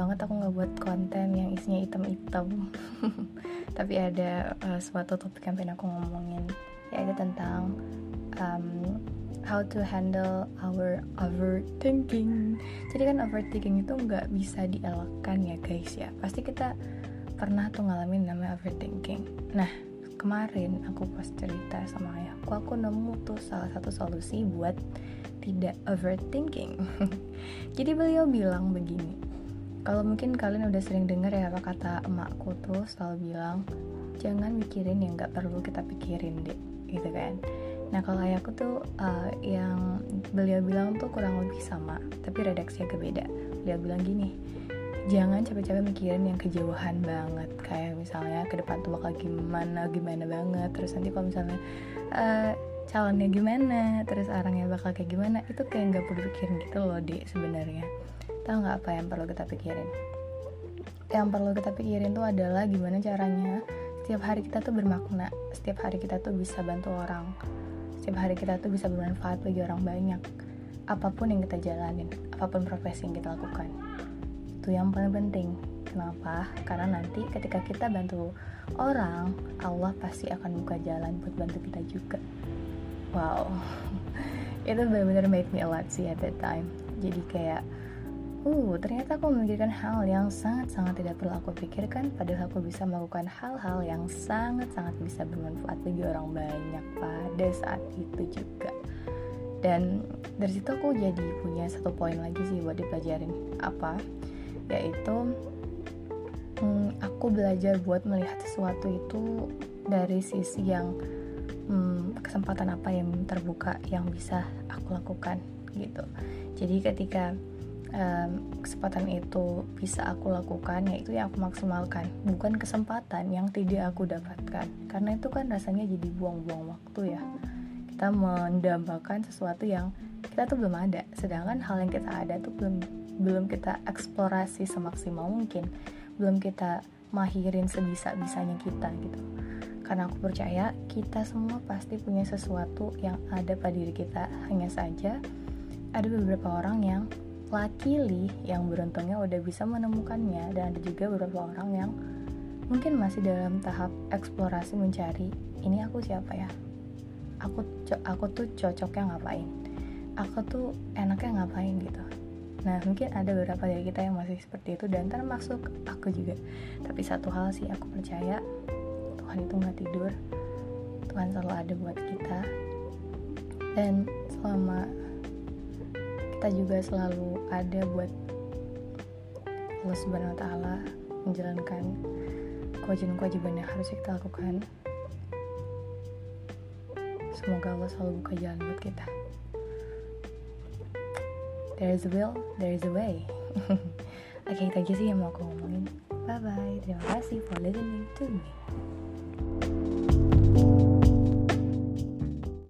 banget aku nggak buat konten yang isinya hitam-hitam. Tapi ada suatu topik yang pengen aku ngomongin, yaitu tentang how to handle our overthinking. Jadi kan overthinking itu nggak bisa dielakkan ya guys ya. Pasti kita pernah tuh ngalamin namanya overthinking. Nah, kemarin aku pas cerita sama ayahku, aku nemu tuh salah satu solusi buat tidak overthinking. Jadi beliau bilang begini, kalau mungkin kalian udah sering dengar ya apa kata emakku tuh selalu bilang, jangan mikirin yang gak perlu kita pikirin deh, gitu kan. Nah kalau ayahku tuh yang beliau bilang tuh kurang lebih sama, tapi redaksinya agak beda. Beliau bilang gini, jangan capek-capek mikirin yang kejauhan banget, kayak misalnya ke depan tuh bakal gimana banget, terus nanti kalau misalnya calonnya gimana, terus orangnya bakal kayak gimana, itu kayak nggak perlu pikirin gitu loh dek sebenarnya. Tahu nggak apa yang perlu kita pikirin? Yang perlu kita pikirin tuh adalah gimana caranya setiap hari kita tuh bermakna, setiap hari kita tuh bisa bantu orang, setiap hari kita tuh bisa bermanfaat bagi orang banyak. Apapun yang kita jalanin, apapun profesi yang kita lakukan, itu yang paling penting. Kenapa? Karena nanti ketika kita bantu orang, Allah pasti akan buka jalan buat bantu kita juga. Wow, itu benar-benar made me a lot sih at that time. Jadi kayak, ternyata aku memikirkan hal yang sangat-sangat tidak perlu aku pikirkan, padahal aku bisa melakukan hal-hal yang sangat-sangat bisa bermanfaat bagi orang banyak pada saat itu juga. Dan dari situ aku jadi punya satu poin lagi sih buat dipelajarin. Apa? Yaitu aku belajar buat melihat sesuatu itu dari sisi yang kesempatan apa yang terbuka yang bisa aku lakukan gitu. Jadi ketika kesempatan itu bisa aku lakukan, ya itu yang aku maksimalkan, bukan kesempatan yang tidak aku dapatkan, karena itu kan rasanya jadi buang-buang waktu ya. Kita mendambakan sesuatu yang kita tuh belum ada, sedangkan hal yang kita ada tuh belum kita eksplorasi semaksimal mungkin, belum kita mahirin sebisa-bisanya kita gitu. Karena aku percaya kita semua pasti punya sesuatu yang ada pada diri kita, hanya saja ada beberapa orang yang luckily, yang beruntungnya udah bisa menemukannya, dan ada juga beberapa orang yang mungkin masih dalam tahap eksplorasi mencari, ini aku siapa ya, aku tuh cocoknya ngapain, aku tuh enaknya ngapain gitu. Nah mungkin ada beberapa dari kita yang masih seperti itu, dan termasuk aku juga. Tapi satu hal sih aku percaya, Tuhan itu gak tidur, Tuhan selalu ada buat kita, dan selama kita juga selalu ada buat Allah Subhanahu wa Ta'ala menjalankan kewajiban-kewajiban yang harus kita lakukan. Semoga Allah selalu buka jalan buat kita. There is a will, there is a way. Oke, itu aja sih yang mau aku ngomongin. Bye bye. Terima kasih for listening to me.